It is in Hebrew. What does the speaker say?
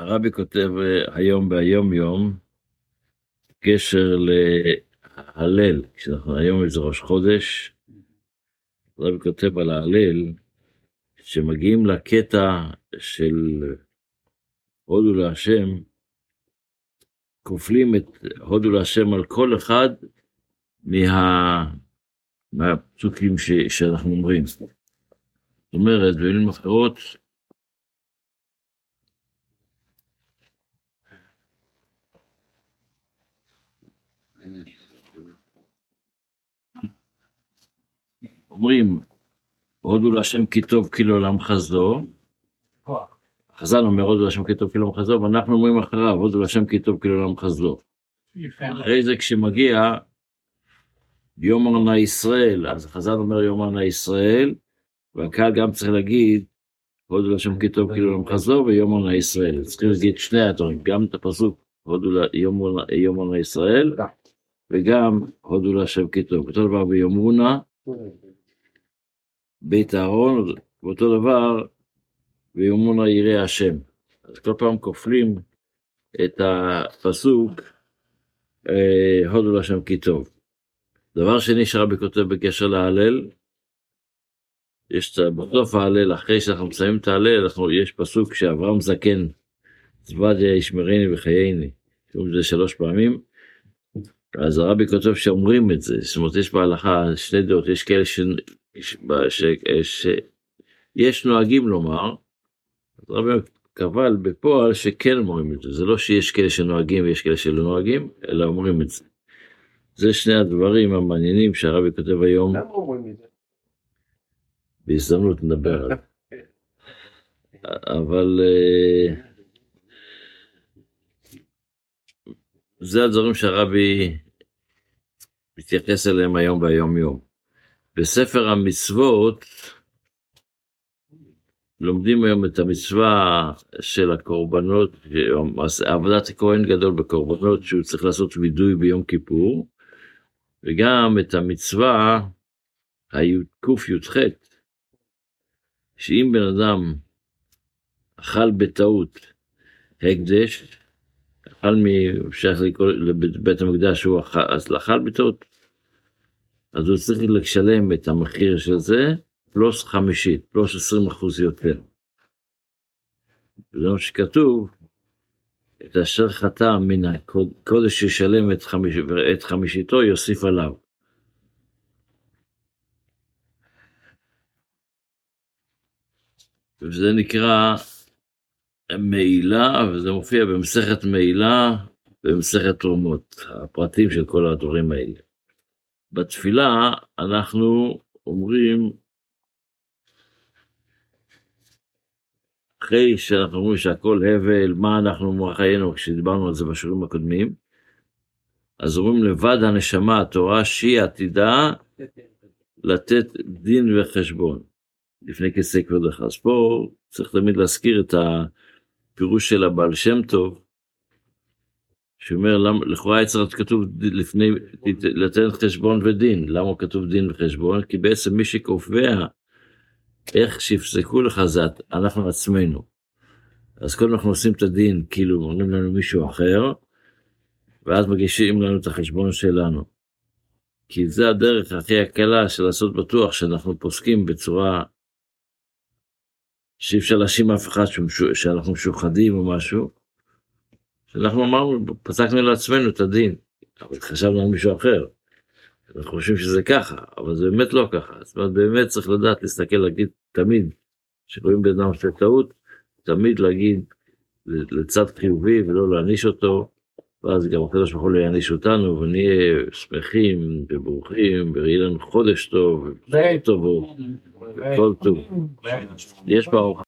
הרבי כותב היום ביום יום, קשר להלל, כשאנחנו היום איזה ראש חודש, הרבי כותב על ההלל, שמגיעים לקטע של הודו להשם, כופלים את הודו להשם על כל אחד מהפסוקים שאנחנו אומרים. זאת אומרת, במילים אחרות, אומרים, הודו להשם כי טוב כי לעולם חסדו, חז"ל אומר הודו להשם כי טוב כי לעולם חסדו, ואנחנו אומרים אחריו, הודו להשם כי טוב כי לעולם חסדו. אחרי זה כשמגיע יום עונה ישראל, אז חז"ל אומר יום עונה ישראל, והקהל גם צריך להגיד, הודו להשם כי טוב כי לעולם חסדו, ויום עונה ישראל. צריכים להגיד שני הדברים, גם את הפסוק, יום עונה ישראל, וגם הודו להשם כי טוב. אותו דבר ביום עונה, בית אהרון, ואותו דבר ביום עונה יראה השם. אז כל פעם כופלים את הפסוק, הודו להשם כי טוב. דבר שני שרבי כותב בקשר להלל, יש בסוף ההלל, אחרי שאנחנו מסיימים את ההלל, יש פסוק שאברהם זקן, צבדיה ישמרני וחייני, זה 3 פעמים, אז הרבי כותב שאומרים את זה, זאת אומרת יש בהלכה שני דעות, יש כאלה שיש נוהגים לומר, אז הרבי קבל בפועל שכן אומרים את זה, זה לא שיש כאלה שנוהגים ויש כאלה שלא נוהגים, אלא אומרים את זה. זה שני הדברים המעניינים שהרבי כותב היום. למה אומרים את זה? בהזדמנות נדבר על זה. אבל זה הדברים שהרבי מתייחס אליהם היום ביום יום. בספר המצוות לומדים היום את המצווה של הקורבנות, עבודת הכהן גדול בקורבנות שהוא צריך לעשות וידוי ביום כיפור, וגם את המצווה ק"ח, שאם בן אדם אכל בטעות הקדש, אכל משייך לבית המקדש שהוא אכל בטעות, אז הוא צריך לשלם את המחיר של זה, פלוס 50, פלוס 20% יותר. זה מה שכתוב, את אשר חטא מן הקודש שישלם את חמישיתו יוסיף עליו. וזה נקרא מעילה, וזה מופיע במסכת מעילה ובמסכת תרומות, הפרטים של כל הדברים האלה. בתפילה אנחנו אומרים, אחרי שאנחנו אומרים שהכל הבל, מה אנחנו מוחיינו, כשדיברנו על זה בשיעורים הקודמים, אז אומרים לבד הנשמה, התורה שהיא עתידה לתת דין וחשבון. לפני כסא כבודך. אז פה צריך תמיד להזכיר את הפירוש של הבעל שם טוב, שאומר, לכאורה יצרת כתוב לפני, לתת חשבון ודין. למה כתוב דין וחשבון? כי בעצם מי שקובע איך שיפסקו לך זה אנחנו עצמנו. אז קודם אנחנו עושים את הדין, כאילו אומרים לנו מישהו אחר, ואז מגישים לנו את החשבון שלנו. כי זה הדרך הכי הקלה של לעשות בטוח שאנחנו פוסקים בצורה שאי אפשר להאשים אף אחד שאנחנו משוחדים או משהו, שאנחנו אמרנו, פסקנו לעצמנו את הדין, אבל חשבנו על מישהו אחר. אנחנו חושבים שזה ככה, אבל זה באמת לא ככה. זאת אומרת, באמת צריך לדעת, להסתכל, להגיד תמיד, שרואים בן אדם של טעות, תמיד להגיד לצד חיובי ולא להעניש אותו, ואז גם הקדוש ברוך הוא לא יעניש אותנו, ונהיה שמחים וברוכים, ויהיה לנו חודש טוב, וכל טוב, וכל טוב. יש פה